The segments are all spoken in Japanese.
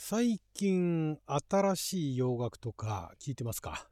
最近新しい洋楽とか聞いてますか？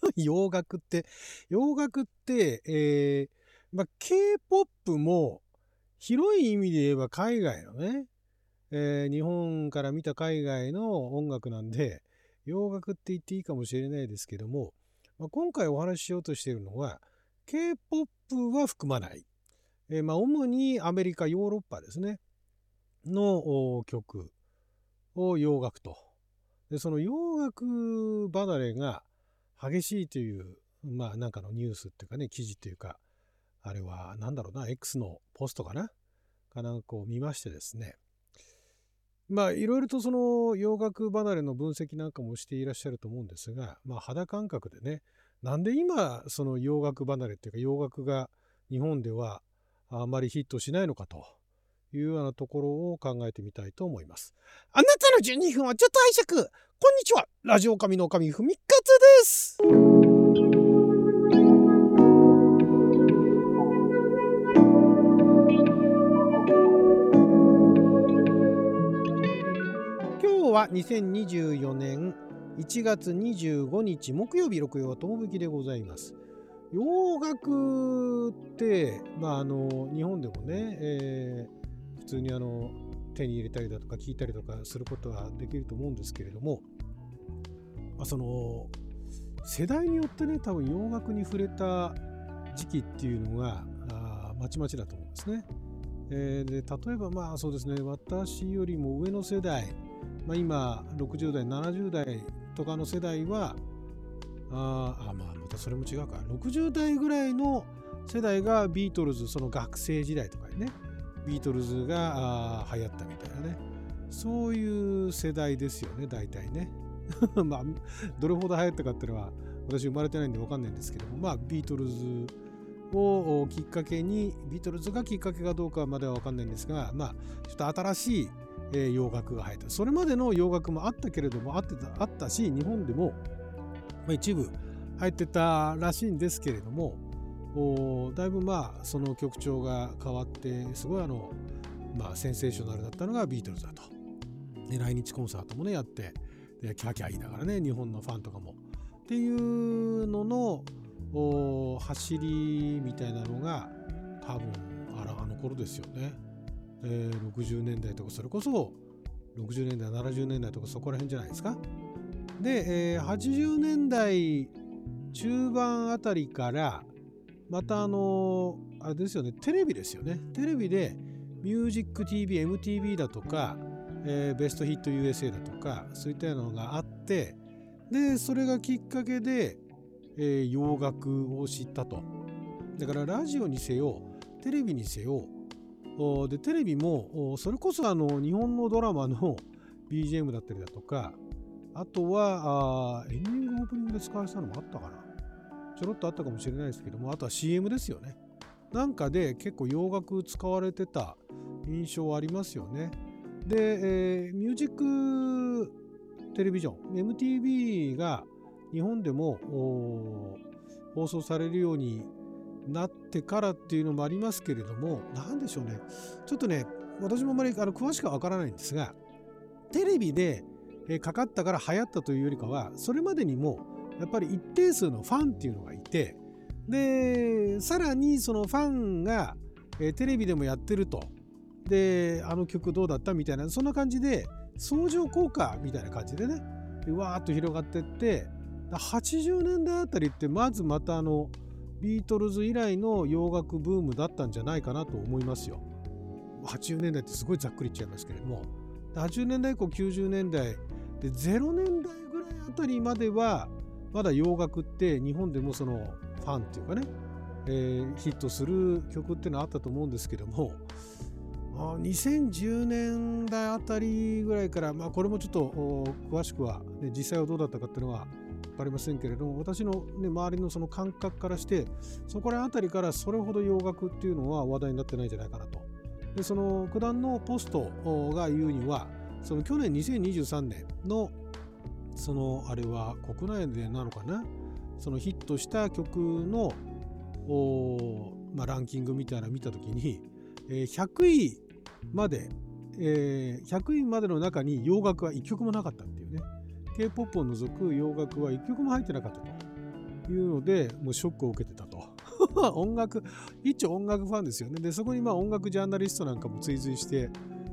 洋楽って、K-POP も広い意味で言えば海外のね、日本から見た海外の音楽なんで、洋楽って言っていいかもしれないですけども、今回お話ししようとしているのは、K-POP は含まない、主にアメリカ、ヨーロッパですね、の曲を洋楽と。で、その洋楽離れが激しいという、なんかのニュースっていうかね、記事っていうか、あれはなんだろうな、X のポストかなんかを見ましてですね。いろいろとその洋楽離れの分析なんかもしていらっしゃると思うんですが、肌感覚でね、なんで今その洋楽離れっていうか洋楽が日本ではあまりヒットしないのかというようなところを考えてみたいと思います。あなたの12分はちょっと拝借。こんにちは。ラジオ神の神ふみかつです。今日は2024年1月25日木曜日、六曜ともぶきでございます。洋楽って、日本でもね、普通に手に入れたりだとか聞いたりとかすることはできると思うんですけれども、その世代によってね、多分洋楽に触れた時期っていうのがまちまちだと思うんですね。で例えばそうですね、私よりも上の世代、今60代70代とかの世代はまたそれも違うか、60代ぐらいの世代がビートルズ、その学生時代とかにねビートルズが流行ったみたいなね、そういう世代ですよね、大体ね。どれほど流行ったかっていうのは私生まれてないんで分かんないんですけども、ビートルズをきっかけに、ビートルズがきっかけかどうかまでは分かんないんですが、ちょっと新しい洋楽が入った。それまでの洋楽もあったけれども、あったし、日本でも一部入ってたらしいんですけれども、だいぶその曲調が変わって、すごいセンセーショナルだったのがビートルズだと。で来日コンサートもねやって、でキャーキャー言いながらね、日本のファンとかもっていうのの走りみたいなのが多分あの頃ですよね。60年代とか、それこそ60年代70年代とかそこら辺じゃないですか。で、80年代中盤あたりからまたあれですよね、テレビですよね。テレビでミュージック TV、MTV だとか、ベストヒット USA だとか、そういったようなのがあって、でそれがきっかけで、洋楽を知ったと。だからラジオにせよテレビにせよ、でテレビもそれこそ日本のドラマの BGM だったりだとか、あとはエンディングオープニングで使われたのもあったかな、ちょろっとあったかもしれないですけども、あとは CM ですよね。なんかで結構洋楽使われてた印象ありますよね。で、ミュージックテレビジョン MTV が日本でも放送されるようになってからっていうのもありますけれども、なんでしょうね、ちょっとね私もあまり詳しくはわからないんですが、テレビでかかったから流行ったというよりかは、それまでにもやっぱり一定数のファンっていうのがいて、でさらにそのファンがテレビでもやってると、であの曲どうだったみたいな、そんな感じで相乗効果みたいな感じでね、わーっと広がってって、80年代あたりってまずまたビートルズ以来の洋楽ブームだったんじゃないかなと思いますよ。80年代ってすごいざっくり言っちゃいますけれども、80年代以降90年代で0年代ぐらいあたりまではまだ洋楽って日本でもそのファンっていうかね、ヒットする曲っていうのはあったと思うんですけども、2010年代あたりぐらいから、これもちょっと詳しくは、ね、実際はどうだったかっていうのは分かりませんけれども、私の、周りのその感覚からしてそこらあたりからそれほど洋楽っていうのは話題になってないんじゃないかなと。でその九段のポストが言うには、その去年2023年のそのあれは国内でなのかな、そのヒットした曲のランキングみたいなの見たときに、100位まで、 100位までの中に洋楽は1曲もなかったっていうね。K-POP を除く洋楽は1曲も入ってなかったというので、もうショックを受けてたと。一応音楽ファンですよね。で、そこに音楽ジャーナリストなんかも追随して、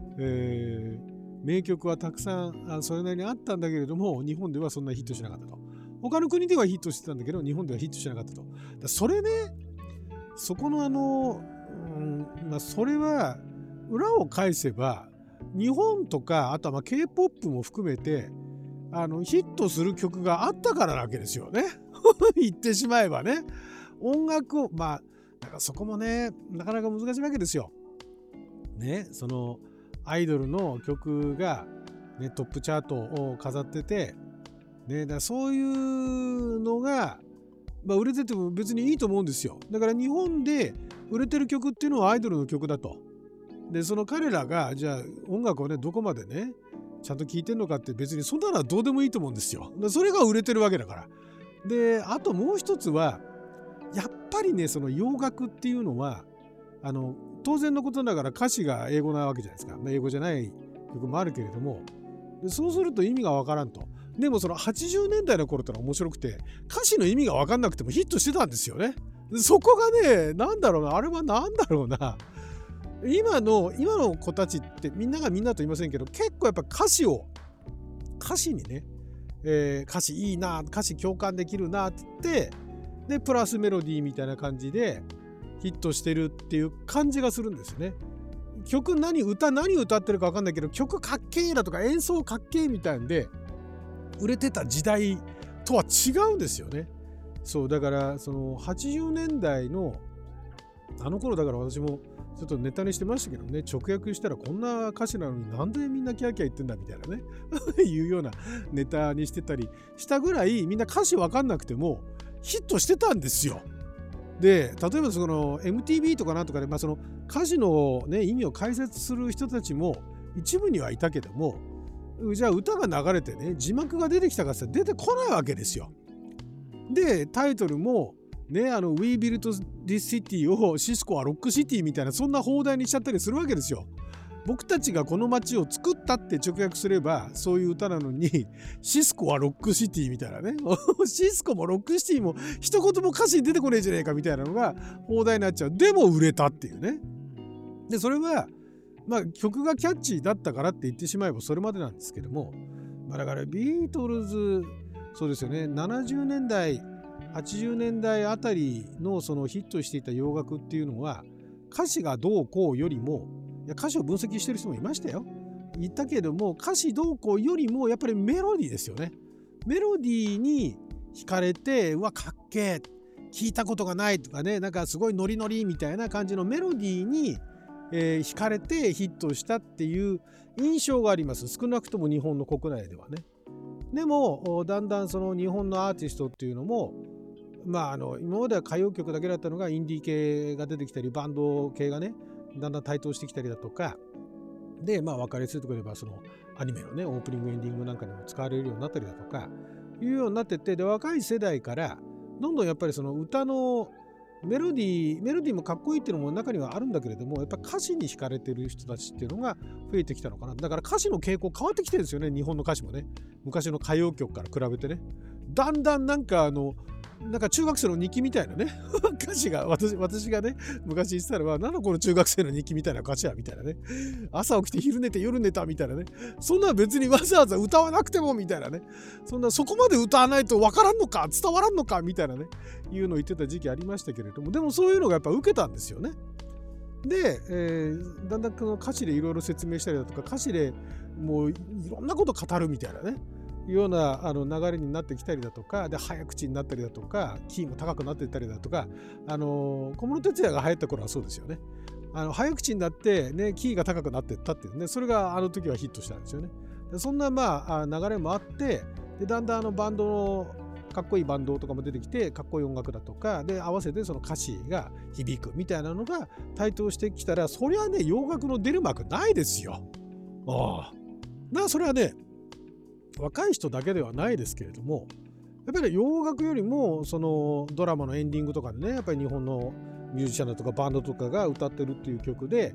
名曲はたくさんそれなりにあったんだけれども、日本ではそんなヒットしなかったと。他の国ではヒットしてたんだけど、日本ではヒットしなかったと。それね、そこのそれは裏を返せば、日本とか、あとはK-POP も含めて、ヒットする曲があったからなわけですよね。言ってしまえばね。音楽を、だからそこもね、なかなか難しいわけですよ。ね、そのアイドルの曲が、ね、トップチャートを飾ってて、ね、だからそういうのが、売れてても別にいいと思うんですよ。だから日本で売れてる曲っていうのはアイドルの曲だと。で、その彼らが、じゃあ音楽をね、どこまでね、ちゃんと聴いてんのかって別にそんなのはどうでもいいと思うんですよ。それが売れてるわけだから。で、あともう一つは、やっぱりね、その洋楽っていうのは、当然のことながら歌詞が英語なわけじゃないですか。英語じゃない曲もあるけれども、でそうすると意味がわからんと。でもその80年代の頃ってのは面白くて、歌詞の意味がわかんなくてもヒットしてたんですよね。そこがね、なんだろうな、あれはなんだろうな。今の子たちってみんながみんなと言いませんけど、結構やっぱ歌詞にね、歌詞いいな、歌詞共感できるなって言って、でプラスメロディーみたいな感じでヒットしてるっていう感じがするんですよね。何歌ってるか分かんないけど、曲かっけーだとか演奏かっけーみたいんで売れてた時代とは違うんですよね。そうだからその80年代のあの頃だから、私もちょっとネタにしてましたけどね、直訳したらこんな歌詞なのになんでみんなキャーキャー言ってんだみたいなねいうようなネタにしてたりしたぐらい、みんな歌詞分かんなくてもヒットしてたんですよ。で、例えばその MTV とかなんとかで、その歌詞の、ね、意味を解説する人たちも一部にはいたけども、じゃあ歌が流れてね、字幕が出てきたかって出てこないわけですよ。で、タイトルもね、We Built This City をシスコはロックシティみたいな、そんな放題にしちゃったりするわけですよ。僕たちがこの街を作ったって直訳すればそういう歌なのに、シスコはロックシティみたいなねシスコもロックシティも一言も歌詞に出てこねえじゃねえかみたいなのが放題になっちゃう。でも売れたっていうね。でそれは曲がキャッチーだったからって言ってしまえばそれまでなんですけども、だからビートルズ、そうですよね、70年代80年代あたりのそのヒットしていた洋楽っていうのは、歌詞がどうこうよりも、歌詞を分析してる人もいましたよ。言ったけども、歌詞どうこうよりもやっぱりメロディーですよね。メロディーに惹かれて、うわかっけえ、聞いたことがないとかね、なんかすごいノリノリみたいな感じのメロディーに、惹かれてヒットしたっていう印象があります。少なくとも日本の国内ではね。でもだんだんその日本のアーティストっていうのも、今までは歌謡曲だけだったのがインディー系が出てきたり、バンド系がねだんだん台頭してきたりだとかで、分かりやすいところで言えばそのアニメのねオープニングエンディングなんかにも使われるようになったりだとかいうようになってって、で若い世代からどんどんやっぱりその歌のメロディーもかっこいいっていうのも中にはあるんだけれども、やっぱ歌詞に惹かれてる人たちっていうのが増えてきたのかな。だから歌詞の傾向変わってきてるんですよね、日本の歌詞もね。昔の歌謡曲から比べてね、だんだんなんか中学生の日記みたいなね歌詞が、私がね昔言ってたのは、なんだこの中学生の日記みたいな歌詞やみたいなね、朝起きて昼寝て夜寝たみたいなね、そんな別にわざわざ歌わなくてもみたいなね、そこまで歌わないと分からんのか伝わらんのかみたいなねいうのを言ってた時期ありましたけれども、でもそういうのがやっぱ受けたんですよね。で、だんだんこの歌詞でいろいろ説明したりだとか、歌詞でもういろんなこと語るみたいなねいうような流れになってきたりだとかで、早口になったりだとか、キーも高くなっていったりだとか、小室哲哉が流行った頃はそうですよね。早口になってねキーが高くなっていったっていうね、それが時はヒットしたんですよね。でそんな流れもあって、でだんだんバンドのかっこいいバンドとかも出てきて、かっこいい音楽だとかで合わせてその歌詞が響くみたいなのが台頭してきたら、そりゃね洋楽の出る幕ないですよ。それはね若い人だけではないですけれども、やっぱり洋楽よりもそのドラマのエンディングとかでね、やっぱり日本のミュージシャンだとかバンドとかが歌ってるっていう曲で、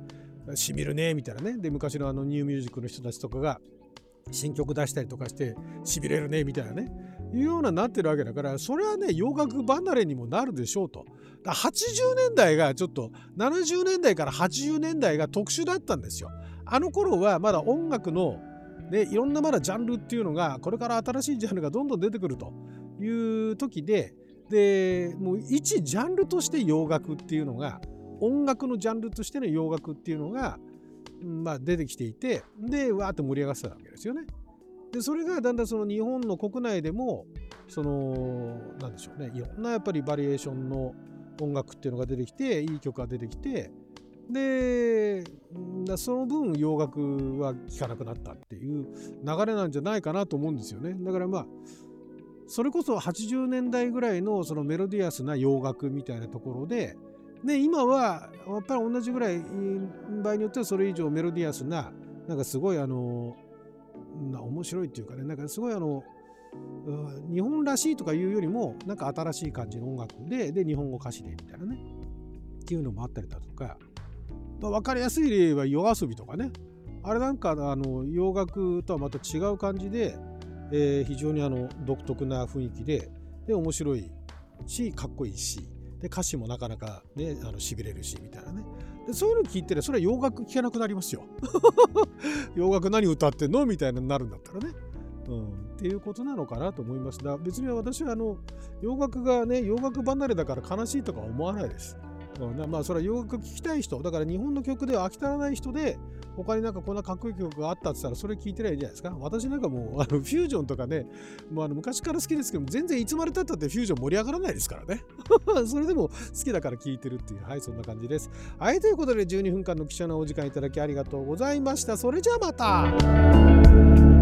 しみるねみたいなね。で昔のニューミュージックの人たちとかが新曲出したりとかしてしびれるねみたいなねいうようななってるわけだから、それはね洋楽離れにもなるでしょうと。80年代がちょっと70年代から80年代が特殊だったんですよ。あの頃はまだ音楽のでいろんなまだジャンルっていうのが、これから新しいジャンルがどんどん出てくるという時で、もう一ジャンルとして洋楽っていうのが、音楽のジャンルとしての洋楽っていうのが、出てきていて、でわーって盛り上がってたわけですよね。でそれがだんだんその日本の国内でもなんでしょうね、いろんなやっぱりバリエーションの音楽っていうのが出てきて、いい曲が出てきて、でその分洋楽は聴かなくなったっていう流れなんじゃないかなと思うんですよね。だからそれこそ80年代ぐらいのそのメロディアスな洋楽みたいなところで、今はやっぱり同じぐらい、場合によってはそれ以上メロディアスな、なんかすごい面白いっていうかね、なんかすごい日本らしいとかいうよりも、なんか新しい感じの音楽で日本語歌詞でみたいなねっていうのもあったりだとか、分かりやすい例は夜遊びとかね、あれなんか洋楽とはまた違う感じで、非常に独特な雰囲気で面白いしかっこいいし、で歌詞もなかなかねしびれるしみたいなね。でそういうの聞いてそれは洋楽聴けなくなりますよ。洋楽何歌ってんのみたいになるんだったらね、っていうことなのかなと思います。だ別に私は洋楽がね洋楽離れだから悲しいとか思わないです。それは洋楽聴きたい人だから、日本の曲では飽き足らない人で、他になんかこんなかっこいい曲があったって言ったらそれ聴いてりゃいいじゃないですか。私なんかもうフュージョンとかね、昔から好きですけど、全然いつまでたったってフュージョン盛り上がらないですからね。それでも好きだから聴いてるっていう、はい、そんな感じです。はい、ということで12分間の貴重なお時間いただきありがとうございました。それじゃあまた。